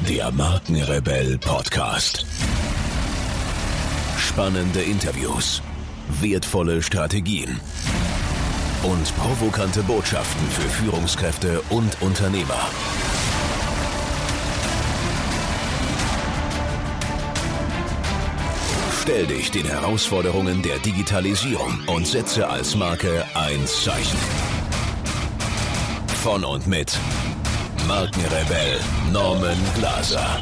Der Markenrebell Podcast. Spannende Interviews, wertvolle Strategien und provokante Botschaften für Führungskräfte und Unternehmer. Stell dich den Herausforderungen der Digitalisierung und setze als Marke ein Zeichen. Von und mit Markenrebell Norman Glaser.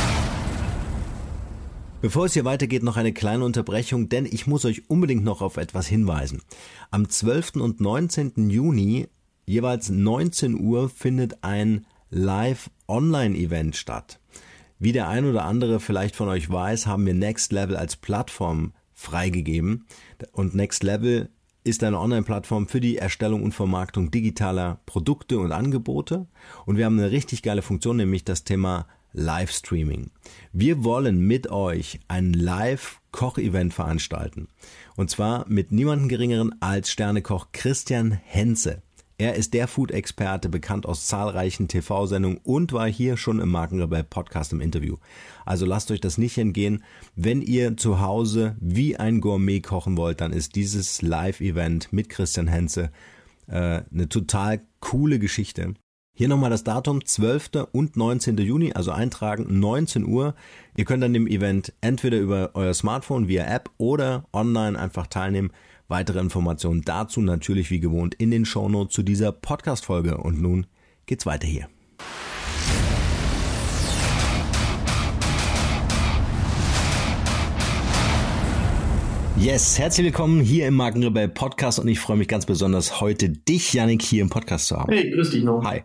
Bevor es hier weitergeht, noch eine kleine Unterbrechung, denn ich muss euch unbedingt noch auf etwas hinweisen. Am 12. und 19. Juni, jeweils 19 Uhr, findet ein Live-Online-Event statt. Wie der ein oder andere vielleicht von euch weiß, haben wir Next Level als Plattform freigegeben. Und Next Level ist eine Online-Plattform für die Erstellung und Vermarktung digitaler Produkte und Angebote. Und wir haben eine richtig geile Funktion, nämlich das Thema Livestreaming. Wir wollen mit euch ein Live-Koch-Event veranstalten. Und zwar mit niemandem Geringeren als Sternekoch Christian Henze. Er ist der Food-Experte, bekannt aus zahlreichen TV-Sendungen und war hier schon im Markenrebell-Podcast im Interview. Also lasst euch das nicht entgehen. Wenn ihr zu Hause wie ein Gourmet kochen wollt, dann ist dieses Live-Event mit Christian Henze eine total coole Geschichte. Hier nochmal das Datum, 12. und 19. Juni, also eintragen, 19 Uhr. Ihr könnt an dem Event entweder über euer Smartphone via App oder online einfach teilnehmen. Weitere Informationen dazu natürlich wie gewohnt in den Shownotes zu dieser Podcast-Folge. Und nun geht's weiter hier. Yes, herzlich willkommen hier im Markenrebell Podcast und ich freue mich ganz besonders, heute dich, Yannick, hier im Podcast zu haben. Hey, grüß dich noch. Hi.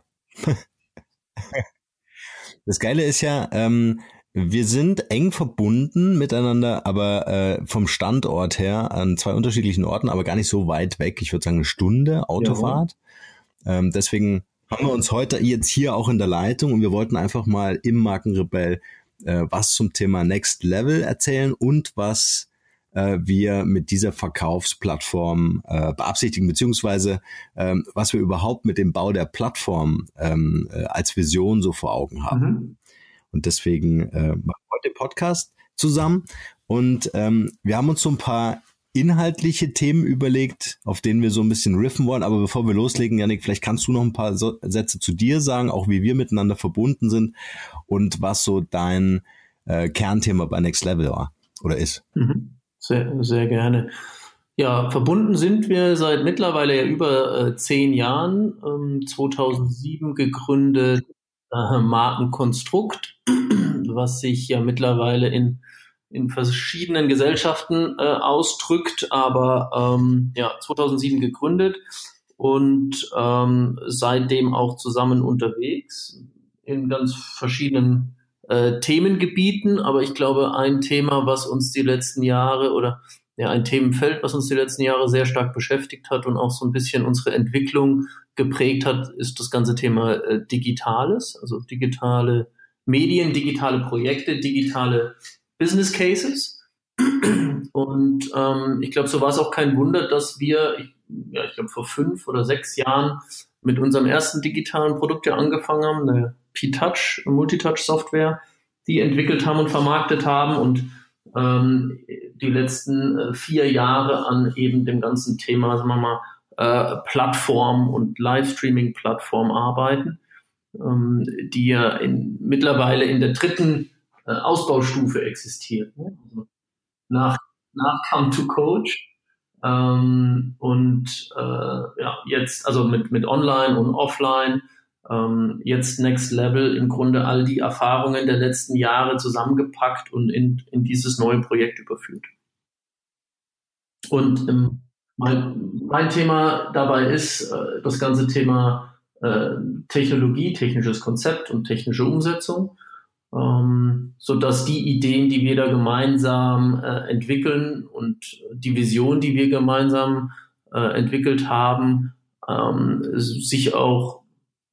Das Geile ist ja, wir sind eng verbunden miteinander, aber vom Standort her an zwei unterschiedlichen Orten, aber gar nicht so weit weg. Ich würde sagen eine Stunde Autofahrt. Deswegen haben wir uns heute jetzt hier auch in der Leitung und wir wollten einfach mal im Markenrebell was zum Thema Next Level erzählen und was wir mit dieser Verkaufsplattform beabsichtigen, beziehungsweise was wir überhaupt mit dem Bau der Plattform als Vision so vor Augen haben. Und deswegen machen wir heute den Podcast zusammen und wir haben uns so ein paar inhaltliche Themen überlegt, auf denen wir so ein bisschen riffen wollen. Aber bevor wir loslegen, Yannick, vielleicht kannst du noch ein paar Sätze zu dir sagen, auch wie wir miteinander verbunden sind und was so dein Kernthema bei Next Level war oder ist. Sehr, sehr gerne. Ja, verbunden sind wir seit mittlerweile ja über 10 Jahren. 2007 gegründet Markenkonstrukt, was sich ja mittlerweile in verschiedenen Gesellschaften ausdrückt, aber 2007 gegründet und seitdem auch zusammen unterwegs in ganz verschiedenen Themengebieten, aber ich glaube, ein Thema, was uns die letzten Jahre ein Themenfeld, was uns die letzten Jahre sehr stark beschäftigt hat und auch so ein bisschen unsere Entwicklung geprägt hat, ist das ganze Thema Digitales, also digitale Medien, digitale Projekte, digitale Business Cases. Und ich glaube, so war es auch kein Wunder, dass wir, ich glaube, vor 5 oder 6 Jahren mit unserem ersten digitalen Produkt ja angefangen haben, eine P-Touch, Multitouch-Software, die entwickelt haben und vermarktet haben und die letzten 4 Jahre an eben dem ganzen Thema, sagen wir mal, Plattform und Livestreaming-Plattform arbeiten, die ja mittlerweile in der 3. Ausbaustufe existiert. Ne? Also nach Come to Coach jetzt also mit Online und Offline, jetzt Next Level, im Grunde all die Erfahrungen der letzten Jahre zusammengepackt und in dieses neue Projekt überführt. Und mein Thema dabei ist das ganze Thema Technologie, technisches Konzept und technische Umsetzung, so dass die Ideen, die wir da gemeinsam entwickeln und die Vision, die wir gemeinsam entwickelt haben, sich auch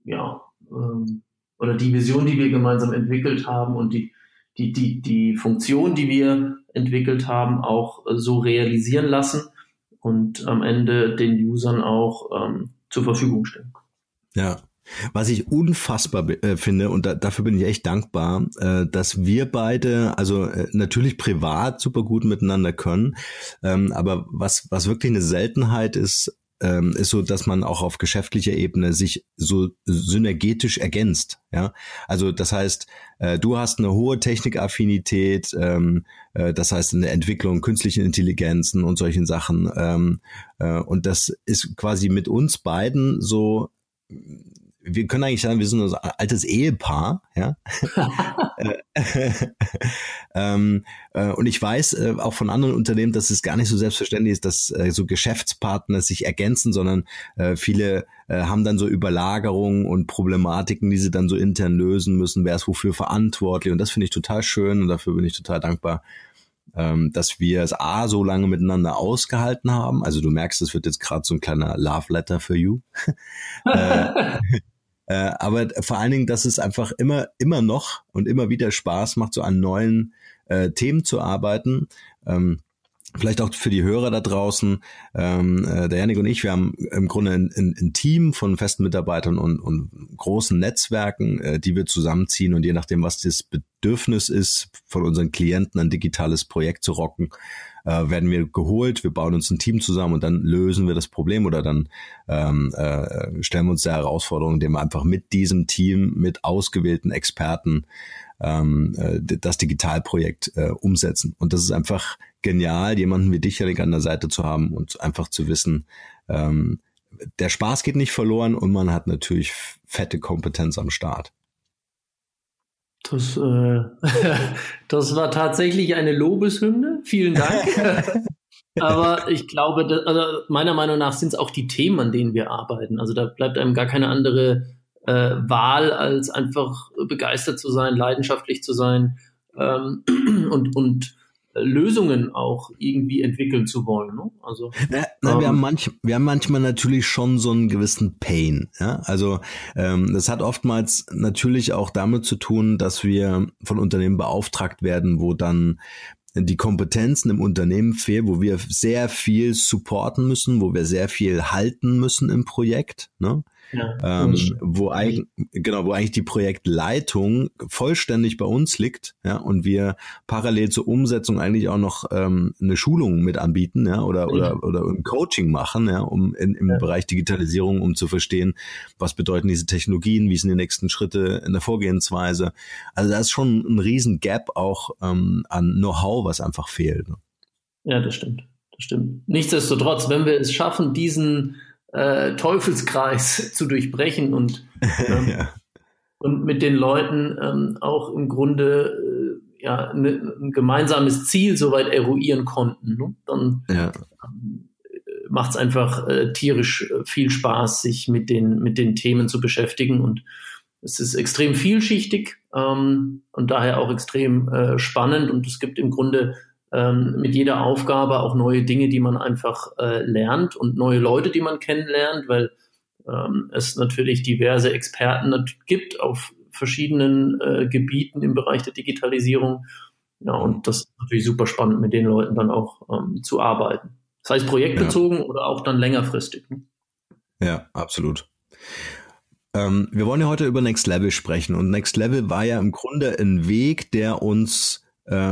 oder die Vision, die wir gemeinsam entwickelt haben und die Funktion, die wir entwickelt haben, auch so realisieren lassen und am Ende den Usern auch zur Verfügung stellen. Ja, Was ich unfassbar finde, und dafür bin ich echt dankbar, dass wir beide, also natürlich privat super gut miteinander können, aber was wirklich eine Seltenheit ist so, dass man auch auf geschäftlicher Ebene sich so synergetisch ergänzt. Ja, also das heißt, du hast eine hohe Technikaffinität, das heißt in der Entwicklung künstlichen Intelligenzen und solchen Sachen, und das ist quasi mit uns beiden so. Wir können eigentlich sagen, wir sind so ein altes Ehepaar, ja. Und ich weiß auch von anderen Unternehmen, dass es gar nicht so selbstverständlich ist, dass so Geschäftspartner sich ergänzen, sondern viele haben dann so Überlagerungen und Problematiken, die sie dann so intern lösen müssen, wer ist wofür verantwortlich. Und das finde ich total schön und dafür bin ich total dankbar, dass wir es so lange miteinander ausgehalten haben. Also du merkst, es wird jetzt gerade so ein kleiner Love Letter for you. Aber vor allen Dingen, dass es einfach immer noch und immer wieder Spaß macht, so an neuen Themen zu arbeiten. Vielleicht auch für die Hörer da draußen. Der Yannick und ich, wir haben im Grunde ein Team von festen Mitarbeitern und großen Netzwerken, die wir zusammenziehen, und je nachdem, was das Bedürfnis ist, von unseren Klienten ein digitales Projekt zu rocken, werden wir geholt, wir bauen uns ein Team zusammen und dann lösen wir das Problem oder dann stellen wir uns der Herausforderung, indem wir einfach mit diesem Team, mit ausgewählten Experten das Digitalprojekt umsetzen. Und das ist einfach genial, jemanden wie dich, Yannick, an der Seite zu haben und einfach zu wissen, der Spaß geht nicht verloren und man hat natürlich fette Kompetenz am Start. Das war tatsächlich eine Lobeshymne. Vielen Dank. Aber ich glaube, also meiner Meinung nach sind es auch die Themen, an denen wir arbeiten. Also da bleibt einem gar keine andere Wahl, als einfach begeistert zu sein, leidenschaftlich zu sein und Lösungen auch irgendwie entwickeln zu wollen. Ne? Also wir haben manchmal natürlich schon so einen gewissen Pain. Ja? Also das hat oftmals natürlich auch damit zu tun, dass wir von Unternehmen beauftragt werden, wo dann die Kompetenzen im Unternehmen fehlen, wo wir sehr viel supporten müssen, wo wir sehr viel halten müssen im Projekt, ne? Ja, wo eigentlich die Projektleitung vollständig bei uns liegt, ja, und wir parallel zur Umsetzung eigentlich auch noch eine Schulung mit anbieten, ja, oder ein Coaching machen, ja, im Bereich Digitalisierung, um zu verstehen, was bedeuten diese Technologien, wie sind die nächsten Schritte in der Vorgehensweise. Also da ist schon ein riesen Gap auch an Know-how, was einfach fehlt. Ne? Ja, das stimmt. Nichtsdestotrotz, wenn wir es schaffen, diesen Teufelskreis zu durchbrechen und mit den Leuten auch im Grunde ein gemeinsames Ziel soweit eruieren konnten, ne? Dann macht es einfach tierisch viel Spaß, sich mit den Themen zu beschäftigen, und es ist extrem vielschichtig und daher auch extrem spannend, und es gibt im Grunde mit jeder Aufgabe auch neue Dinge, die man einfach lernt, und neue Leute, die man kennenlernt, weil es natürlich diverse Experten gibt auf verschiedenen Gebieten im Bereich der Digitalisierung. Ja, und das ist natürlich super spannend, mit den Leuten dann auch zu arbeiten. Das heißt projektbezogen oder auch dann längerfristig. Ne? Ja, absolut. Wir wollen ja heute über Next Level sprechen, und Next Level war ja im Grunde ein Weg, der uns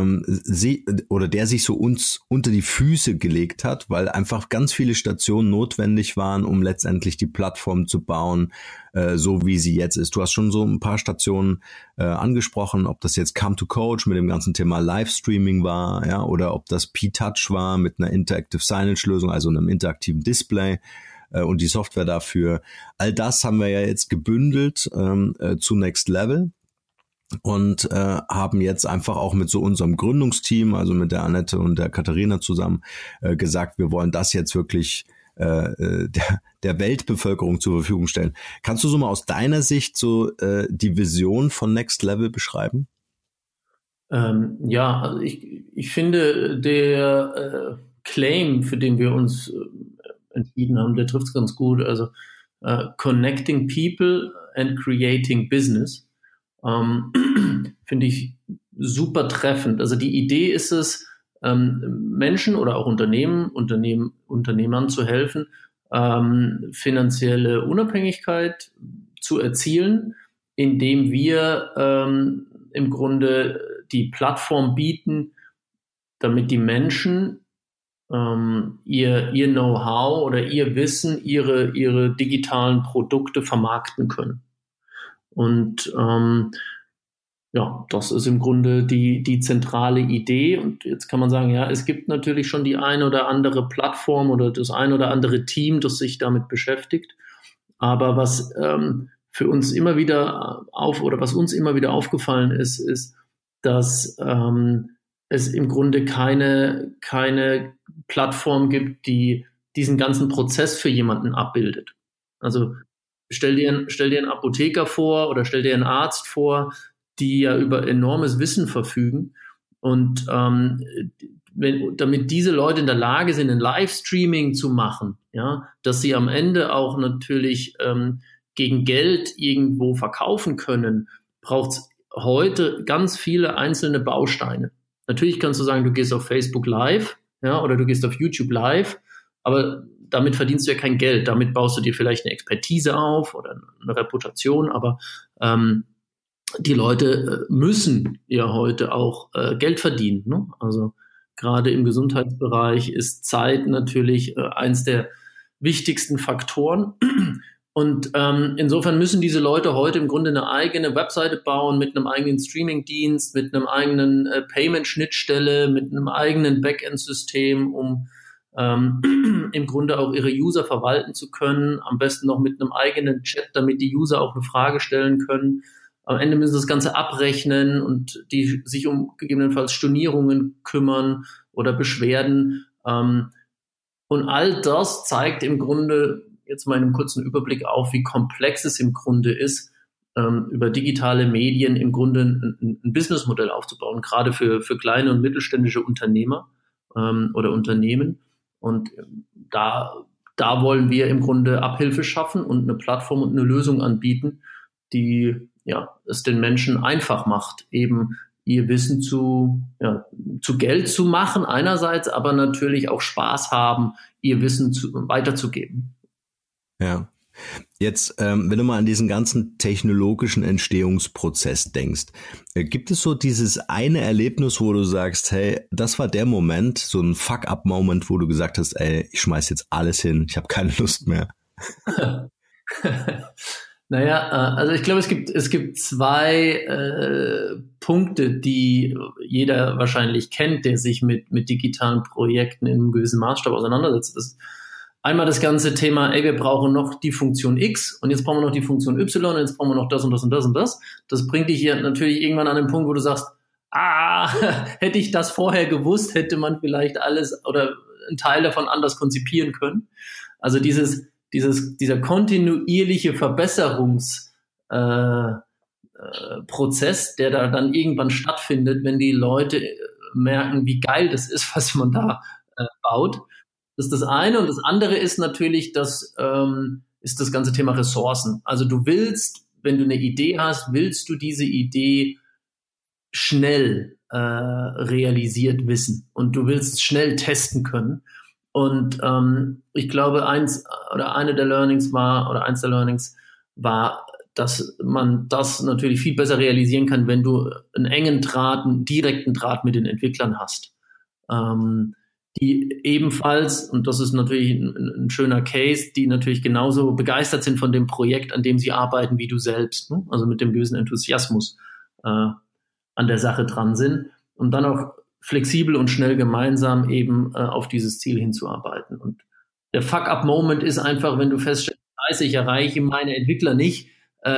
der sich so uns unter die Füße gelegt hat, weil einfach ganz viele Stationen notwendig waren, um letztendlich die Plattform zu bauen, so wie sie jetzt ist. Du hast schon so ein paar Stationen angesprochen, ob das jetzt Come to Coach mit dem ganzen Thema Livestreaming war, ja, oder ob das P-Touch war mit einer Interactive Signage-Lösung, also einem interaktiven Display und die Software dafür. All das haben wir ja jetzt gebündelt zu Next Level. Und haben jetzt einfach auch mit so unserem Gründungsteam, also mit der Annette und der Katharina zusammen, gesagt, wir wollen das jetzt wirklich der Weltbevölkerung zur Verfügung stellen. Kannst du so mal aus deiner Sicht so die Vision von Next Level beschreiben? Also ich finde, der Claim, für den wir uns entschieden haben, der trifft es ganz gut. Also Connecting People and Creating Business. Finde ich super treffend. Also die Idee ist es, Menschen oder auch Unternehmern zu helfen, finanzielle Unabhängigkeit zu erzielen, indem wir im Grunde die Plattform bieten, damit die Menschen ihr Know-how oder ihr Wissen, ihre digitalen Produkte vermarkten können. Und das ist im Grunde die zentrale Idee. Und jetzt kann man sagen, ja, es gibt natürlich schon die eine oder andere Plattform oder das ein oder andere Team, das sich damit beschäftigt. Aber was für uns immer wieder was uns immer wieder aufgefallen ist, dass es im Grunde keine Plattform gibt, die diesen ganzen Prozess für jemanden abbildet. Also stell dir einen Apotheker vor oder stell dir einen Arzt vor, die ja über enormes Wissen verfügen. Und damit diese Leute in der Lage sind, ein Livestreaming zu machen, ja, dass sie am Ende auch natürlich gegen Geld irgendwo verkaufen können, braucht es heute ganz viele einzelne Bausteine. Natürlich kannst du sagen, du gehst auf Facebook Live, ja, oder du gehst auf YouTube Live, aber damit verdienst du ja kein Geld. Damit baust du dir vielleicht eine Expertise auf oder eine Reputation, aber die Leute müssen ja heute auch Geld verdienen, ne? Also gerade im Gesundheitsbereich ist Zeit natürlich eins der wichtigsten Faktoren. Und insofern müssen diese Leute heute im Grunde eine eigene Webseite bauen mit einem eigenen Streaming-Dienst, mit einem eigenen Payment-Schnittstelle, mit einem eigenen Backend-System, um im Grunde auch ihre User verwalten zu können. Am besten noch mit einem eigenen Chat, damit die User auch eine Frage stellen können. Am Ende müssen sie das Ganze abrechnen und die sich um gegebenenfalls Stornierungen kümmern oder Beschwerden. Und all das zeigt im Grunde jetzt mal in einem kurzen Überblick auf, wie komplex es im Grunde ist, über digitale Medien im Grunde ein Businessmodell aufzubauen, gerade für kleine und mittelständische Unternehmer oder Unternehmen. Und da wollen wir im Grunde Abhilfe schaffen und eine Plattform und eine Lösung anbieten, die es den Menschen einfach macht, eben ihr Wissen zu Geld zu machen einerseits, aber natürlich auch Spaß haben, ihr Wissen weiterzugeben. Ja. Jetzt, wenn du mal an diesen ganzen technologischen Entstehungsprozess denkst, gibt es so dieses eine Erlebnis, wo du sagst, hey, das war der Moment, so ein Fuck-up-Moment, wo du gesagt hast, ey, ich schmeiß jetzt alles hin, ich habe keine Lust mehr? Naja, also ich glaube, es gibt zwei Punkte, die jeder wahrscheinlich kennt, der sich mit digitalen Projekten in einem gewissen Maßstab auseinandersetzt. Das ist einmal das ganze Thema, wir brauchen noch die Funktion X und jetzt brauchen wir noch die Funktion Y und jetzt brauchen wir noch das und das und das und das. Das bringt dich ja natürlich irgendwann an den Punkt, wo du sagst, hätte ich das vorher gewusst, hätte man vielleicht alles oder einen Teil davon anders konzipieren können. Also dieser kontinuierliche Verbesserungsprozess, der da dann irgendwann stattfindet, wenn die Leute merken, wie geil das ist, was man da baut. Das ist das eine. Und das andere ist natürlich das ganze Thema Ressourcen. Also du willst, wenn du eine Idee hast, willst du diese Idee schnell realisiert wissen und du willst schnell testen können. Und ich glaube, eins der Learnings war, dass man das natürlich viel besser realisieren kann, wenn du einen direkten Draht mit den Entwicklern hast. Die ebenfalls, und das ist natürlich ein schöner Case, die natürlich genauso begeistert sind von dem Projekt, an dem sie arbeiten, wie du selbst, ne? Also mit dem gewissen Enthusiasmus an der Sache dran sind und dann auch flexibel und schnell gemeinsam eben auf dieses Ziel hinzuarbeiten. Und der Fuck-up-Moment ist einfach, wenn du feststellst, ich erreiche meine Entwickler nicht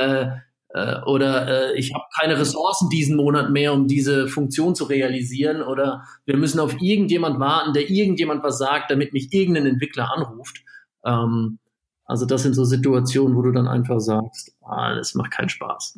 oder ich habe keine Ressourcen diesen Monat mehr, um diese Funktion zu realisieren oder wir müssen auf irgendjemand warten, der irgendjemand was sagt, damit mich irgendein Entwickler anruft. Also das sind so Situationen, wo du dann einfach sagst, das macht keinen Spaß.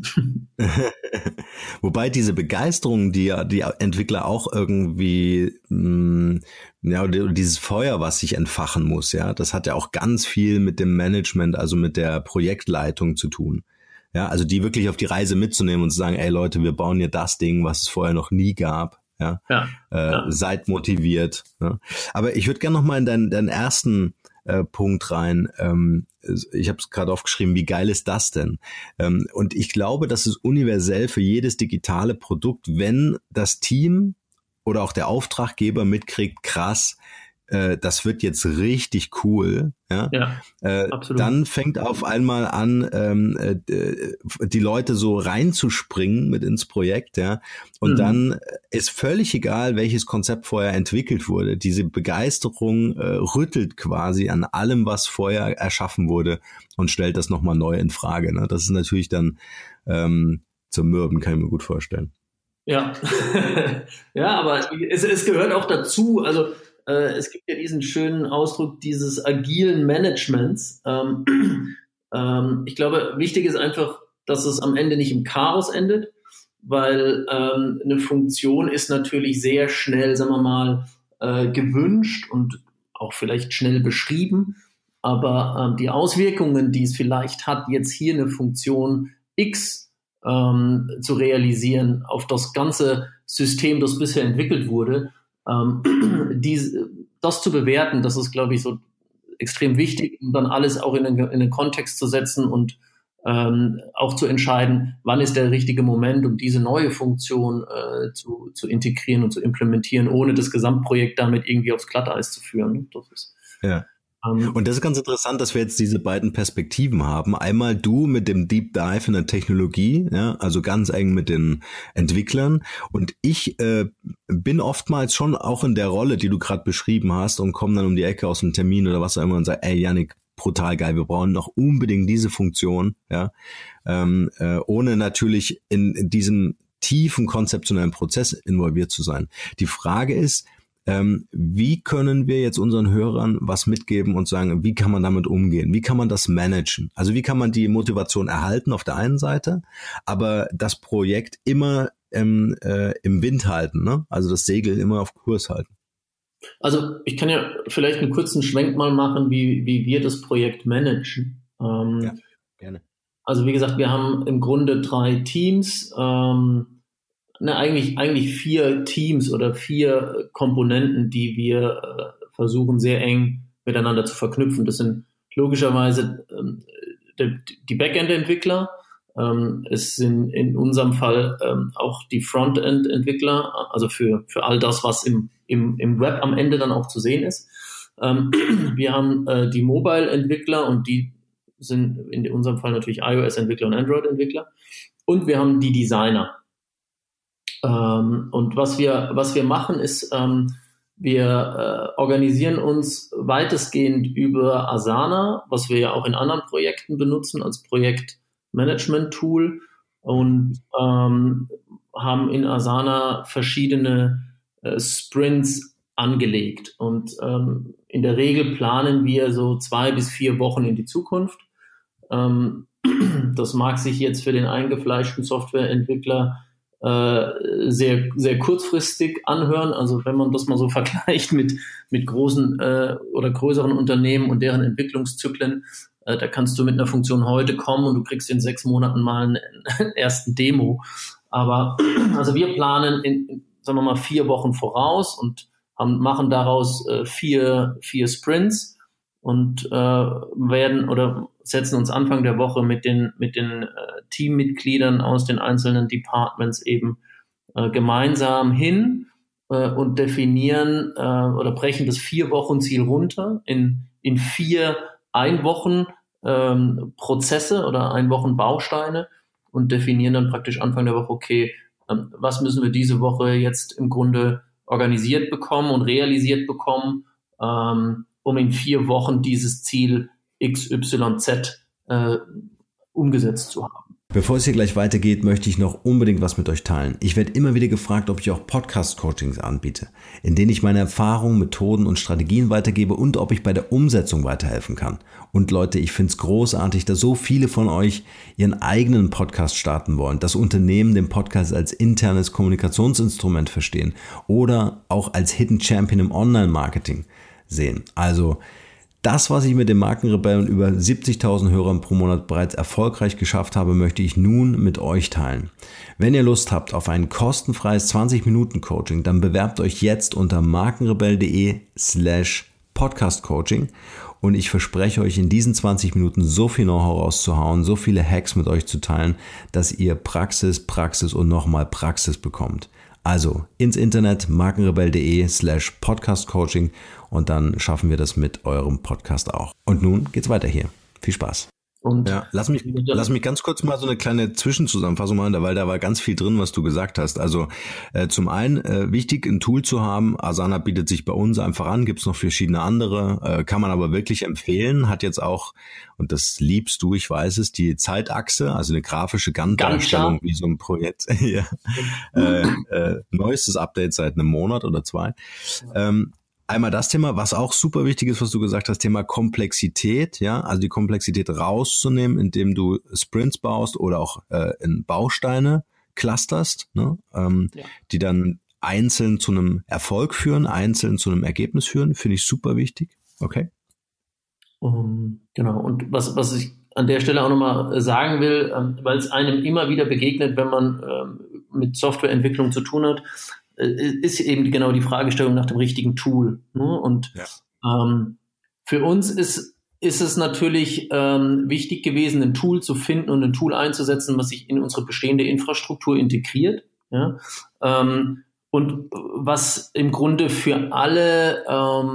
Wobei diese Begeisterung, die Entwickler auch irgendwie, dieses Feuer, was sich entfachen muss, ja, das hat ja auch ganz viel mit dem Management, also mit der Projektleitung zu tun. Ja, also die wirklich auf die Reise mitzunehmen und zu sagen, ey Leute, wir bauen hier das Ding, was es vorher noch nie gab. Ja. Seid motiviert. Ja. Aber ich würde gerne noch mal in deinen ersten Punkt rein. ich habe es gerade aufgeschrieben, wie geil ist das denn? Und ich glaube, das ist universell für jedes digitale Produkt, wenn das Team oder auch der Auftraggeber mitkriegt, krass, das wird jetzt richtig cool, ja, absolut. Dann fängt auf einmal an, die Leute so reinzuspringen mit ins Projekt, ja, und dann ist völlig egal, welches Konzept vorher entwickelt wurde. Diese Begeisterung rüttelt quasi an allem, was vorher erschaffen wurde und stellt das nochmal neu in Frage, ne? Das ist natürlich dann zum Mürben, kann ich mir gut vorstellen. Ja, ja, aber es gehört auch dazu, also es gibt ja diesen schönen Ausdruck dieses agilen Managements. Ich glaube, wichtig ist einfach, dass es am Ende nicht im Chaos endet, weil eine Funktion ist natürlich sehr schnell, sagen wir mal, gewünscht und auch vielleicht schnell beschrieben, aber die Auswirkungen, die es vielleicht hat, jetzt hier eine Funktion X zu realisieren auf das ganze System, das bisher entwickelt wurde, das zu bewerten, das ist, glaube ich, so extrem wichtig, um dann alles auch in den Kontext zu setzen und auch zu entscheiden, wann ist der richtige Moment, um diese neue Funktion zu integrieren und zu implementieren, ohne das Gesamtprojekt damit irgendwie aufs Glatteis zu führen. Das ist, ja. Und das ist ganz interessant, dass wir jetzt diese beiden Perspektiven haben. Einmal du mit dem Deep Dive in der Technologie, ja, also ganz eng mit den Entwicklern. Und ich bin oftmals schon auch in der Rolle, die du gerade beschrieben hast, und komme dann um die Ecke aus dem Termin oder was auch immer und sage, ey Yannick, brutal geil, wir brauchen noch unbedingt diese Funktion, ja, ohne natürlich in diesem tiefen konzeptionellen Prozess involviert zu sein. Die Frage ist, wie können wir jetzt unseren Hörern was mitgeben und sagen, wie kann man damit umgehen? Wie kann man das managen? Also wie kann man die Motivation erhalten auf der einen Seite, aber das Projekt immer im Wind halten, ne? Also das Segel immer auf Kurs halten. Also ich kann ja vielleicht einen kurzen Schwenk mal machen, wie wir das Projekt managen. Ja, gerne. Also wie gesagt, wir haben im Grunde 3 Teams, eigentlich 4 Teams oder 4 Komponenten, die wir versuchen sehr eng miteinander zu verknüpfen. Das sind logischerweise die Backend-Entwickler, es sind in unserem Fall auch die Frontend-Entwickler, also für all das, was im Web am Ende dann auch zu sehen ist. Wir haben die Mobile-Entwickler und die sind in unserem Fall natürlich iOS-Entwickler und Android-Entwickler. Und wir haben die Designer. Und was wir machen ist, wir organisieren uns weitestgehend über Asana, was wir ja auch in anderen Projekten benutzen als Projektmanagement-Tool, und haben in Asana verschiedene Sprints angelegt. Und in der Regel planen wir so 2 bis 4 Wochen in die Zukunft. Das mag sich jetzt für den eingefleischten Softwareentwickler sehr, sehr kurzfristig anhören. Also wenn man das mal so vergleicht mit großen oder größeren Unternehmen und deren Entwicklungszyklen, da kannst du mit einer Funktion heute kommen und du kriegst in 6 Monaten mal einen ersten Demo. Aber also wir planen sagen wir mal 4 Wochen voraus und machen daraus 4 Sprints und werden oder setzen uns Anfang der Woche mit den Teammitgliedern aus den einzelnen Departments eben gemeinsam hin und definieren oder brechen das 4-Wochen-Ziel runter in 4 Ein-Wochen-Prozesse oder Ein-Wochen-Bausteine und definieren dann praktisch Anfang der Woche, okay, was müssen wir diese Woche jetzt im Grunde organisiert bekommen und realisiert bekommen, um in 4 Wochen dieses Ziel XYZ umgesetzt zu haben. Bevor es hier gleich weitergeht, möchte ich noch unbedingt was mit euch teilen. Ich werde immer wieder gefragt, ob ich auch Podcast-Coachings anbiete, in denen ich meine Erfahrungen, Methoden und Strategien weitergebe und ob ich bei der Umsetzung weiterhelfen kann. Und Leute, ich finde es großartig, dass so viele von euch ihren eigenen Podcast starten wollen, das Unternehmen den Podcast als internes Kommunikationsinstrument verstehen oder auch als Hidden Champion im Online-Marketing sehen. Also das, was ich mit den Markenrebellen über 70.000 Hörern pro Monat bereits erfolgreich geschafft habe, möchte ich nun mit euch teilen. Wenn ihr Lust habt auf ein kostenfreies 20-Minuten-Coaching, dann bewerbt euch jetzt unter markenrebell.de/podcastcoaching und ich verspreche euch, in diesen 20 Minuten so viel Know-how rauszuhauen, so viele Hacks mit euch zu teilen, dass ihr Praxis und nochmal Praxis bekommt. Also ins Internet markenrebell.de/podcastcoaching und dann schaffen wir das mit eurem Podcast auch. Und nun geht's weiter hier. Viel Spaß. Und ja, lass mich ganz kurz mal so eine kleine Zwischenzusammenfassung machen, weil da war ganz viel drin, was du gesagt hast. Also zum einen wichtig, ein Tool zu haben. Asana bietet sich bei uns einfach an, gibt's noch verschiedene andere, kann man aber wirklich empfehlen. Hat jetzt auch, und das liebst du, ich weiß es, die Zeitachse, also eine grafische Gantt-Darstellung wie so ein Projekt. Ja. Neuestes Update seit einem Monat oder 2. Einmal das Thema, was auch super wichtig ist, was du gesagt hast, Thema Komplexität, ja, also die Komplexität rauszunehmen, indem du Sprints baust oder auch in Bausteine clusterst, ne, die dann einzeln zu einem Erfolg führen, einzeln zu einem Ergebnis führen, finde ich super wichtig. Okay. Genau, und was ich an der Stelle auch nochmal sagen will, weil es einem immer wieder begegnet, wenn man mit Softwareentwicklung zu tun hat, ist eben genau die Fragestellung nach dem richtigen Tool. Ne? Und für uns ist es natürlich wichtig gewesen, ein Tool zu finden und ein Tool einzusetzen, was sich in unsere bestehende Infrastruktur integriert. Ja? Und was im Grunde für alle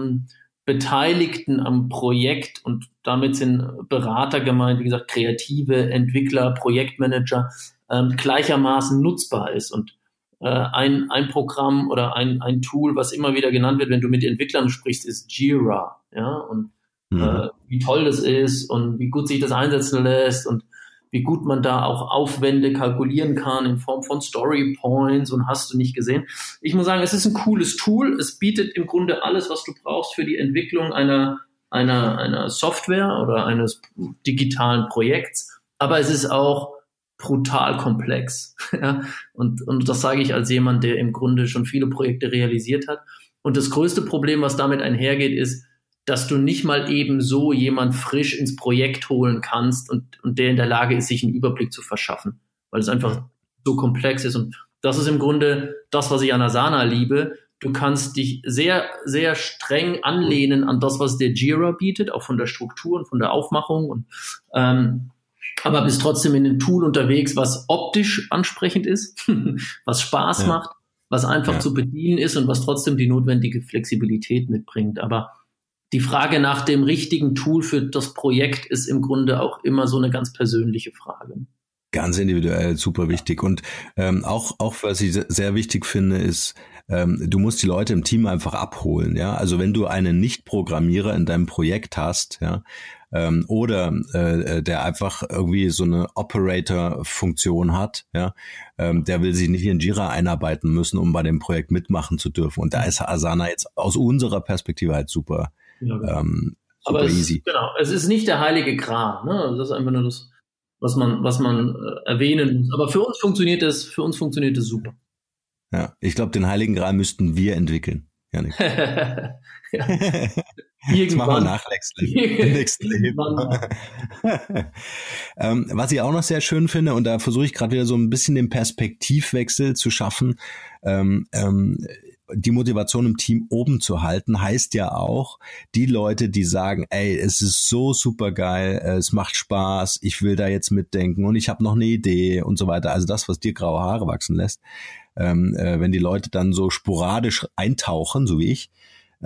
Beteiligten am Projekt, und damit sind Berater gemeint, wie gesagt, Kreative, Entwickler, Projektmanager, gleichermaßen nutzbar ist. Und ein Programm oder ein Tool, was immer wieder genannt wird, wenn du mit Entwicklern sprichst, ist Jira, ja, und wie toll das ist und wie gut sich das einsetzen lässt und wie gut man da auch Aufwände kalkulieren kann in Form von Story Points und hast du nicht gesehen. Ich muss sagen, es ist ein cooles Tool, es bietet im Grunde alles, was du brauchst für die Entwicklung einer Software oder eines digitalen Projekts, aber es ist auch brutal komplex. Ja? Und das sage ich als jemand, der im Grunde schon viele Projekte realisiert hat. Und das größte Problem, was damit einhergeht, ist, dass du nicht mal eben so jemand frisch ins Projekt holen kannst und der in der Lage ist, sich einen Überblick zu verschaffen, weil es einfach so komplex ist. Und das ist im Grunde das, was ich an Asana liebe. Du kannst dich sehr, sehr streng anlehnen an das, was der Jira bietet, auch von der Struktur und von der Aufmachung und aber bist trotzdem in einem Tool unterwegs, was optisch ansprechend ist, was Spaß macht, was einfach zu bedienen ist und was trotzdem die notwendige Flexibilität mitbringt. Aber die Frage nach dem richtigen Tool für das Projekt ist im Grunde auch immer so eine ganz persönliche Frage. Ganz individuell, super wichtig. Und auch was ich sehr wichtig finde, ist, du musst die Leute im Team einfach abholen. Ja, also wenn du einen Nicht-Programmierer in deinem Projekt hast, ja, oder der einfach irgendwie so eine Operator-Funktion hat, ja, der will sich nicht in Jira einarbeiten müssen, um bei dem Projekt mitmachen zu dürfen. Und da ist Asana jetzt aus unserer Perspektive halt super, super aber easy. Genau, es ist nicht der heilige Gral, ne? Das ist einfach nur das, was man erwähnen muss. Aber für uns funktioniert es super. Ja, ich glaube, den heiligen Gral müssten wir entwickeln. Janik. Jetzt machen wir nach nächsten Leben. Was ich auch noch sehr schön finde, und da versuche ich gerade wieder so ein bisschen den Perspektivwechsel zu schaffen, die Motivation im Team oben zu halten, heißt ja auch, die Leute, die sagen, ey, es ist so super geil, es macht Spaß, ich will da jetzt mitdenken und ich habe noch eine Idee und so weiter. Also das, was dir graue Haare wachsen lässt, wenn die Leute dann so sporadisch eintauchen, so wie ich,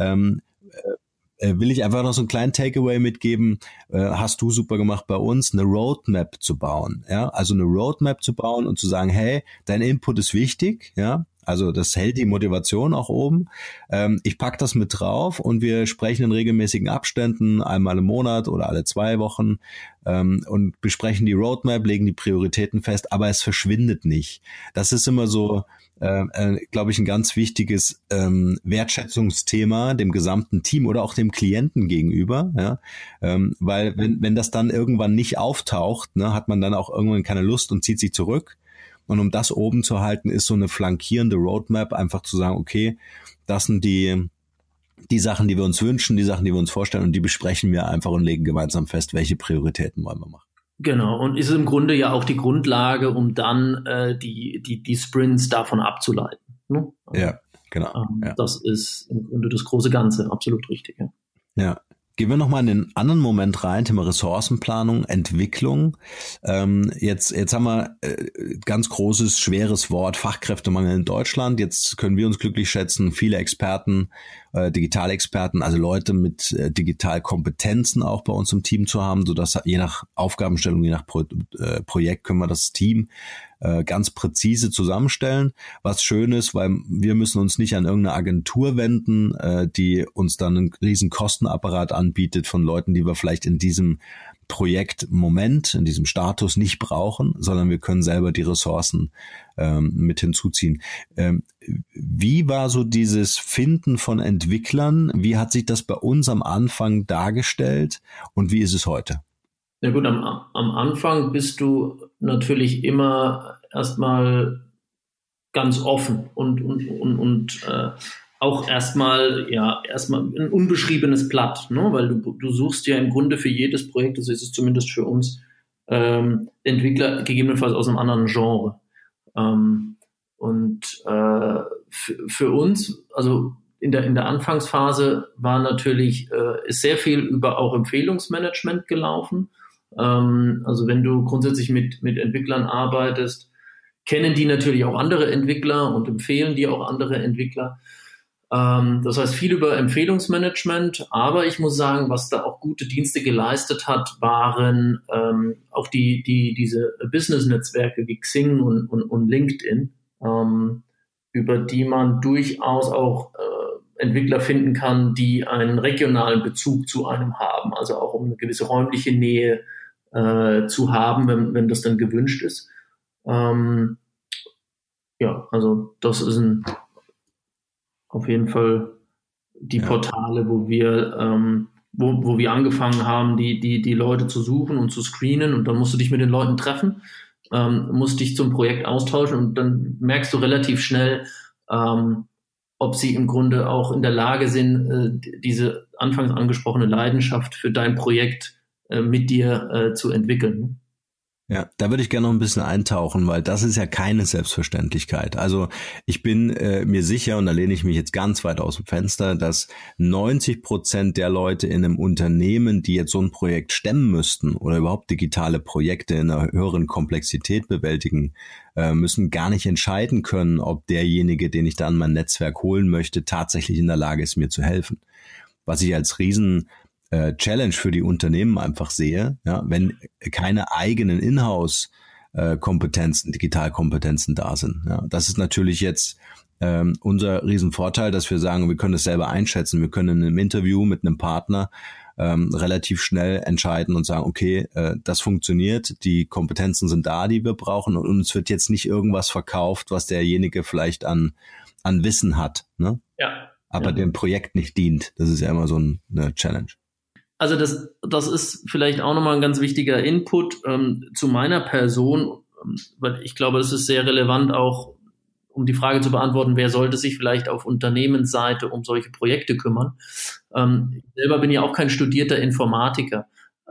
will ich einfach noch so einen kleinen Takeaway mitgeben, hast du super gemacht bei uns, eine Roadmap zu bauen. Ja, also eine Roadmap zu bauen und zu sagen, hey, dein Input ist wichtig, ja, also das hält die Motivation auch oben. Ich pack das mit drauf und wir sprechen in regelmäßigen Abständen, einmal im Monat oder alle 2 Wochen und besprechen die Roadmap, legen die Prioritäten fest, aber es verschwindet nicht. Das ist immer so, glaube ich, ein ganz wichtiges Wertschätzungsthema dem gesamten Team oder auch dem Klienten gegenüber, ja, weil wenn das dann irgendwann nicht auftaucht, ne, hat man dann auch irgendwann keine Lust und zieht sich zurück. Und um das oben zu halten, ist so eine flankierende Roadmap, einfach zu sagen, okay, das sind die Sachen, die wir uns wünschen, die Sachen, die wir uns vorstellen und die besprechen wir einfach und legen gemeinsam fest, welche Prioritäten wollen wir machen. Genau, und ist im Grunde ja auch die Grundlage, um dann die Sprints davon abzuleiten. Ne? Ja, genau. Das ist im Grunde das große Ganze, absolut richtig. Ja. Gehen wir nochmal in den anderen Moment rein, Thema Ressourcenplanung, Entwicklung. Jetzt haben wir ganz großes, schweres Wort, Fachkräftemangel in Deutschland. Jetzt können wir uns glücklich schätzen, viele Experten, Digitalexperten, also Leute mit Digitalkompetenzen auch bei uns im Team zu haben, sodass je nach Aufgabenstellung, je nach Projekt können wir das Team ganz präzise zusammenstellen. Was schön ist, weil wir müssen uns nicht an irgendeine Agentur wenden, die uns dann einen riesen Kostenapparat anbietet von Leuten, die wir vielleicht in diesem Projektmoment, in diesem Status nicht brauchen, sondern wir können selber die Ressourcen mit hinzuziehen. Wie war so dieses Finden von Entwicklern? Wie hat sich das bei uns am Anfang dargestellt und wie ist es heute? Ja gut, am Anfang bist du natürlich immer erstmal ganz offen und auch erstmal ein unbeschriebenes Blatt, ne? Weil du suchst ja im Grunde für jedes Projekt, also ist es zumindest für uns, Entwickler gegebenenfalls aus einem anderen Genre. Für uns, also in der Anfangsphase war natürlich ist sehr viel über auch Empfehlungsmanagement gelaufen. Also wenn du grundsätzlich mit Entwicklern arbeitest, kennen die natürlich auch andere Entwickler und empfehlen dir auch andere Entwickler. Das heißt viel über Empfehlungsmanagement, aber ich muss sagen, was da auch gute Dienste geleistet hat, waren auch diese Business-Netzwerke wie Xing und LinkedIn, über die man durchaus auch Entwickler finden kann, die einen regionalen Bezug zu einem haben, also auch um eine gewisse räumliche Nähe zu haben, wenn das dann gewünscht ist. Also das ist auf jeden Fall die Portale, wo wir angefangen haben, die Leute zu suchen und zu screenen, und dann musst du dich mit den Leuten treffen, musst dich zum Projekt austauschen und dann merkst du relativ schnell, ob sie im Grunde auch in der Lage sind, diese anfangs angesprochene Leidenschaft für dein Projekt mit dir zu entwickeln. Ja, da würde ich gerne noch ein bisschen eintauchen, weil das ist ja keine Selbstverständlichkeit. Also ich bin mir sicher, und da lehne ich mich jetzt ganz weit aus dem Fenster, dass 90% der Leute in einem Unternehmen, die jetzt so ein Projekt stemmen müssten oder überhaupt digitale Projekte in einer höheren Komplexität bewältigen müssen, gar nicht entscheiden können, ob derjenige, den ich da an mein Netzwerk holen möchte, tatsächlich in der Lage ist, mir zu helfen. Was ich als riesen Challenge für die Unternehmen einfach sehe, ja, wenn keine eigenen Inhouse-Kompetenzen, Digitalkompetenzen da sind. Ja, das ist natürlich jetzt unser Riesenvorteil, dass wir sagen, wir können es selber einschätzen. Wir können in einem Interview mit einem Partner relativ schnell entscheiden und sagen, okay, das funktioniert, die Kompetenzen sind da, die wir brauchen, und uns wird jetzt nicht irgendwas verkauft, was derjenige vielleicht an Wissen hat, ne? Ja. Aber dem Projekt nicht dient. Das ist ja immer so eine Challenge. Also das ist vielleicht auch nochmal ein ganz wichtiger Input zu meiner Person, weil ich glaube, es ist sehr relevant auch, um die Frage zu beantworten, wer sollte sich vielleicht auf Unternehmensseite um solche Projekte kümmern. Ich selber bin ja auch kein studierter Informatiker,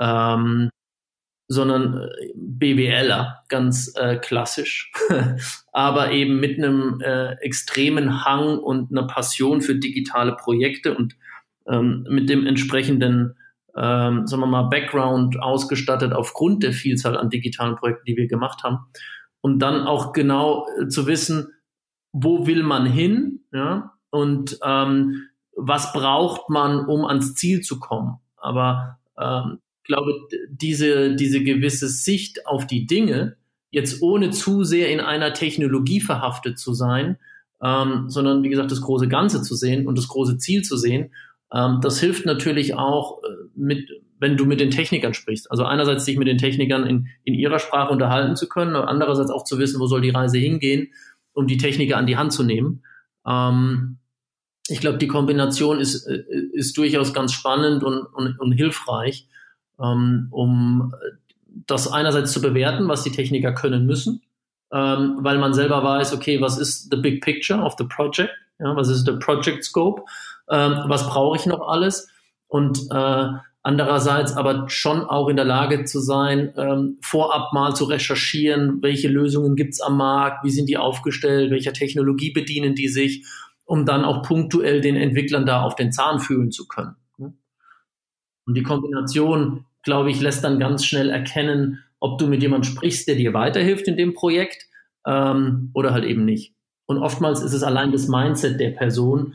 sondern BWLer, ganz klassisch, aber eben mit einem extremen Hang und einer Passion für digitale Projekte und mit dem entsprechenden sagen wir mal, Background ausgestattet aufgrund der Vielzahl an digitalen Projekten, die wir gemacht haben, um dann auch genau zu wissen, wo will man hin, ja, und was braucht man, um ans Ziel zu kommen. Aber ich glaube, diese gewisse Sicht auf die Dinge, jetzt ohne zu sehr in einer Technologie verhaftet zu sein, sondern wie gesagt, das große Ganze zu sehen und das große Ziel zu sehen, das hilft natürlich auch, wenn du mit den Technikern sprichst. Also einerseits sich mit den Technikern in ihrer Sprache unterhalten zu können, aber andererseits auch zu wissen, wo soll die Reise hingehen, um die Techniker an die Hand zu nehmen. Ich glaube, die Kombination ist durchaus ganz spannend und hilfreich, um das einerseits zu bewerten, was die Techniker können müssen, weil man selber weiß, okay, was ist the big picture of the project? Ja, was ist der Project Scope? Was brauche ich noch alles? Und andererseits aber schon auch in der Lage zu sein, vorab mal zu recherchieren, welche Lösungen gibt's am Markt, wie sind die aufgestellt, welcher Technologie bedienen die sich, um dann auch punktuell den Entwicklern da auf den Zahn fühlen zu können. Und Und die Kombination, glaube ich, lässt dann ganz schnell erkennen, ob du mit jemandem sprichst, der dir weiterhilft in dem Projekt oder halt eben nicht. Und oftmals ist es allein das Mindset der Person.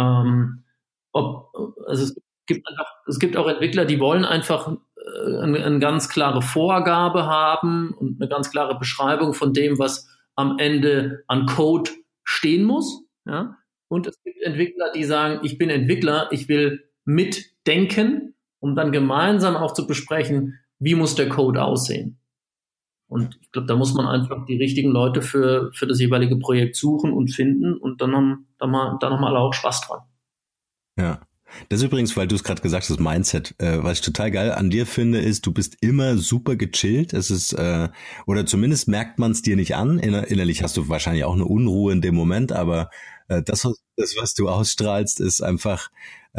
Es gibt auch Entwickler, die wollen einfach eine ganz klare Vorgabe haben und eine ganz klare Beschreibung von dem, was am Ende an Code stehen muss. Ja? Und es gibt Entwickler, die sagen, ich bin Entwickler, ich will mitdenken, um dann gemeinsam auch zu besprechen, wie muss der Code aussehen. Und ich glaube, da muss man einfach die richtigen Leute für das jeweilige Projekt suchen und finden und dann haben alle auch Spaß dran. Ja. Das ist übrigens, weil du es gerade gesagt hast, das Mindset, was ich total geil an dir finde, ist, du bist immer super gechillt. Es ist, oder zumindest merkt man es dir nicht an. Innerlich hast du wahrscheinlich auch eine Unruhe in dem Moment, aber das, was du ausstrahlst, ist einfach,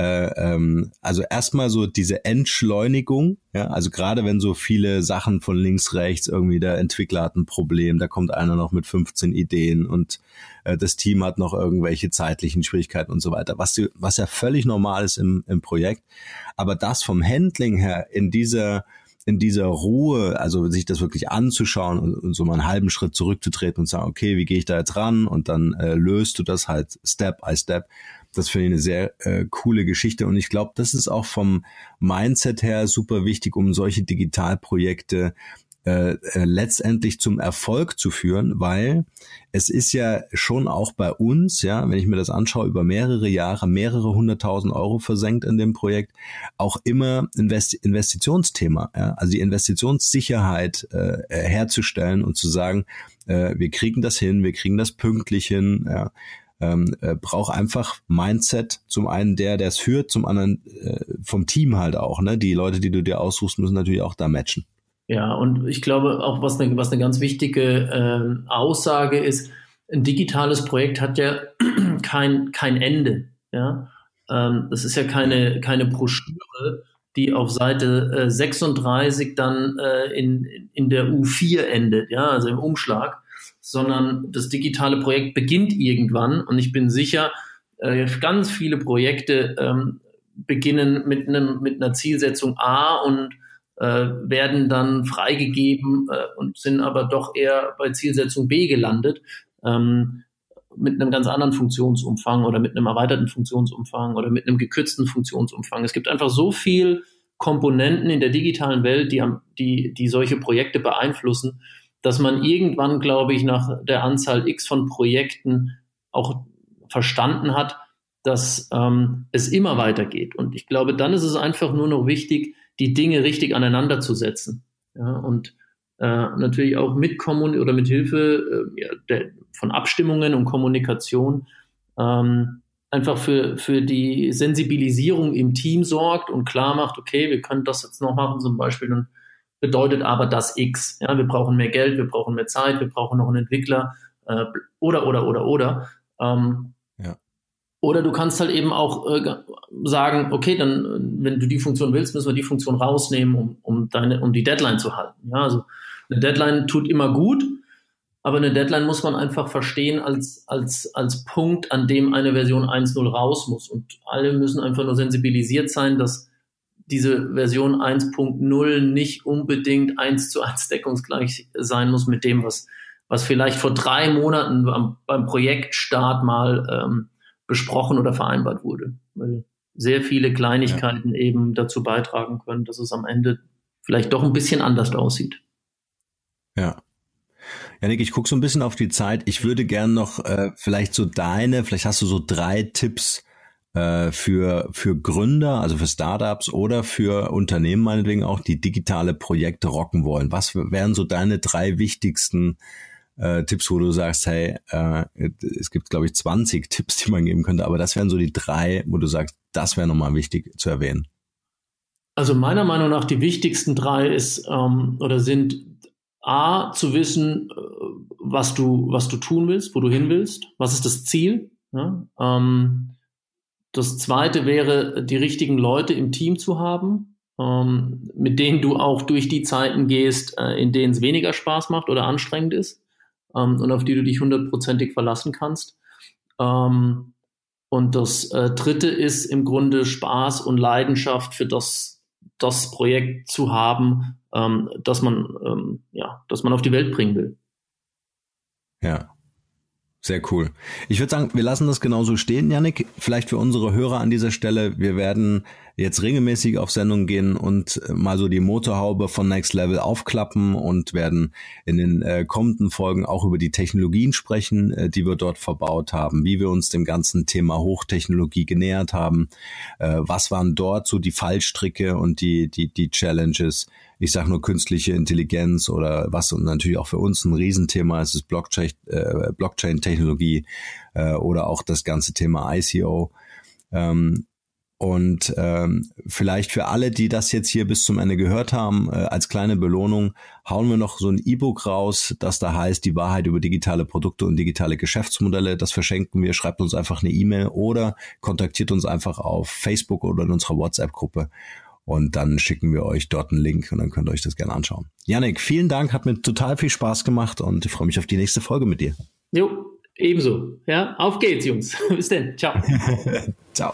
also erstmal so diese Entschleunigung, ja, also gerade wenn so viele Sachen von links, rechts, irgendwie der Entwickler hat ein Problem, da kommt einer noch mit 15 Ideen und das Team hat noch irgendwelche zeitlichen Schwierigkeiten und so weiter, was ja völlig normal ist im Projekt, aber das vom Handling her in dieser Ruhe, also sich das wirklich anzuschauen und so mal einen halben Schritt zurückzutreten und sagen, okay, wie gehe ich da jetzt ran? Und dann löst du das halt Step by Step. Das finde ich eine sehr coole Geschichte. Und ich glaube, das ist auch vom Mindset her super wichtig, um solche Digitalprojekte letztendlich zum Erfolg zu führen, weil es ist ja schon auch bei uns, ja, wenn ich mir das anschaue, über mehrere Jahre, mehrere 100.000 Euro versenkt in dem Projekt, auch immer Investitionsthema, ja, also die Investitionssicherheit herzustellen und zu sagen, wir kriegen das hin, wir kriegen das pünktlich hin, ja, braucht einfach Mindset, zum einen der es führt, zum anderen vom Team halt auch, ne, die Leute, die du dir aussuchst, müssen natürlich auch da matchen. Ja, und ich glaube auch, was eine ganz wichtige Aussage ist, ein digitales Projekt hat ja kein Ende. Ja, das ist ja keine Broschüre, die auf Seite 36 dann in der U4 endet, ja, also im Umschlag, sondern das digitale Projekt beginnt irgendwann. Und ich bin sicher, ganz viele Projekte beginnen mit einer Zielsetzung A und werden dann freigegeben und sind aber doch eher bei Zielsetzung B gelandet, mit einem ganz anderen Funktionsumfang oder mit einem erweiterten Funktionsumfang oder mit einem gekürzten Funktionsumfang. Es gibt einfach so viel Komponenten in der digitalen Welt, die solche Projekte beeinflussen, dass man irgendwann, glaube ich, nach der Anzahl X von Projekten auch verstanden hat, dass es immer weitergeht. Und ich glaube, dann ist es einfach nur noch wichtig, die Dinge richtig aneinander zu setzen. Ja, und natürlich auch mit Hilfe von Abstimmungen und Kommunikation einfach für die Sensibilisierung im Team sorgt und klar macht, okay, wir können das jetzt noch machen, zum Beispiel, dann bedeutet aber das X. Ja, wir brauchen mehr Geld, wir brauchen mehr Zeit, wir brauchen noch einen Entwickler oder. Oder du kannst halt eben auch sagen, okay, dann, wenn du die Funktion willst, müssen wir die Funktion rausnehmen, um die Deadline zu halten. Ja, also eine Deadline tut immer gut, aber eine Deadline muss man einfach verstehen als Punkt, an dem eine Version 1.0 raus muss. Und alle müssen einfach nur sensibilisiert sein, dass diese Version 1.0 nicht unbedingt 1:1 deckungsgleich sein muss mit dem, was vielleicht vor 3 Monaten beim Projektstart mal besprochen oder vereinbart wurde. Weil sehr viele Kleinigkeiten eben dazu beitragen können, dass es am Ende vielleicht doch ein bisschen anders aussieht. Ja. Janik, ich gucke so ein bisschen auf die Zeit. Ich würde gern noch vielleicht hast du so 3 Tipps für Gründer, also für Startups oder für Unternehmen meinetwegen auch, die digitale Projekte rocken wollen. Was wären so deine 3 wichtigsten Tipps, wo du sagst, hey, es gibt, glaube ich, 20 Tipps, die man geben könnte, aber das wären so die 3, wo du sagst, das wäre nochmal wichtig zu erwähnen. Also meiner Meinung nach die wichtigsten 3 sind A, zu wissen, was du tun willst, wo du hin willst, was ist das Ziel. Ja? Das Zweite wäre, die richtigen Leute im Team zu haben, mit denen du auch durch die Zeiten gehst, in denen es weniger Spaß macht oder anstrengend ist. Und auf die du dich 100%ig verlassen kannst. Und das Dritte ist im Grunde Spaß und Leidenschaft für das das Projekt zu haben, das man auf die Welt bringen will. Ja. Sehr cool. Ich würde sagen, wir lassen das genauso stehen, Yannick. Vielleicht für unsere Hörer an dieser Stelle, wir werden jetzt regelmäßig auf Sendung gehen und mal so die Motorhaube von Next Level aufklappen und werden in den kommenden Folgen auch über die Technologien sprechen, die wir dort verbaut haben, wie wir uns dem ganzen Thema Hochtechnologie genähert haben, was waren dort so die Fallstricke und die Challenges. Ich sage nur künstliche Intelligenz oder was und natürlich auch für uns ein Riesenthema ist, ist Blockchain-Technologie oder auch das ganze Thema ICO. Und vielleicht für alle, die das jetzt hier bis zum Ende gehört haben, als kleine Belohnung hauen wir noch so ein E-Book raus, das da heißt, die Wahrheit über digitale Produkte und digitale Geschäftsmodelle. Das verschenken wir. Schreibt uns einfach eine E-Mail oder kontaktiert uns einfach auf Facebook oder in unserer WhatsApp-Gruppe. Und dann schicken wir euch dort einen Link und dann könnt ihr euch das gerne anschauen. Yannick, vielen Dank, hat mir total viel Spaß gemacht und ich freue mich auf die nächste Folge mit dir. Jo, ebenso. Ja, auf geht's, Jungs. Bis dann. Ciao. Ciao.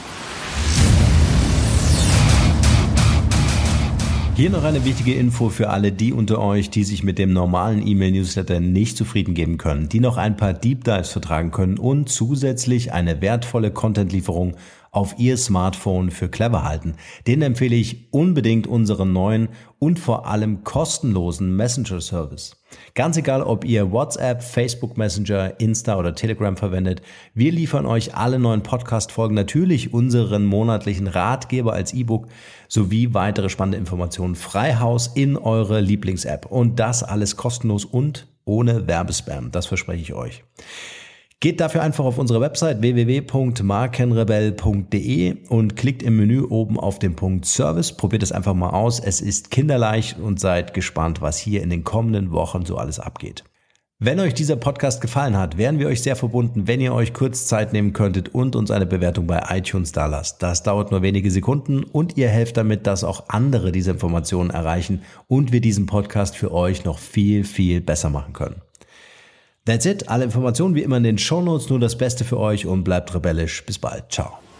Hier noch eine wichtige Info für alle die unter euch, die sich mit dem normalen E-Mail-Newsletter nicht zufrieden geben können, die noch ein paar Deep Dives vertragen können und zusätzlich eine wertvolle Content-Lieferung auf ihr Smartphone für clever halten. Denen empfehle ich unbedingt unseren neuen und vor allem kostenlosen Messenger-Service. Ganz egal, ob ihr WhatsApp, Facebook Messenger, Insta oder Telegram verwendet, wir liefern euch alle neuen Podcast-Folgen, natürlich unseren monatlichen Ratgeber als E-Book sowie weitere spannende Informationen frei Haus in eure Lieblings-App. Und das alles kostenlos und ohne Werbespam, das verspreche ich euch. Geht dafür einfach auf unsere Website www.markenrebell.de und klickt im Menü oben auf den Punkt Service. Probiert es einfach mal aus. Es ist kinderleicht und seid gespannt, was hier in den kommenden Wochen so alles abgeht. Wenn euch dieser Podcast gefallen hat, wären wir euch sehr verbunden, wenn ihr euch kurz Zeit nehmen könntet und uns eine Bewertung bei iTunes dalasst. Das dauert nur wenige Sekunden und ihr helft damit, dass auch andere diese Informationen erreichen und wir diesen Podcast für euch noch viel, viel besser machen können. That's it. Alle Informationen wie immer in den Shownotes. Nur das Beste für euch und bleibt rebellisch. Bis bald. Ciao.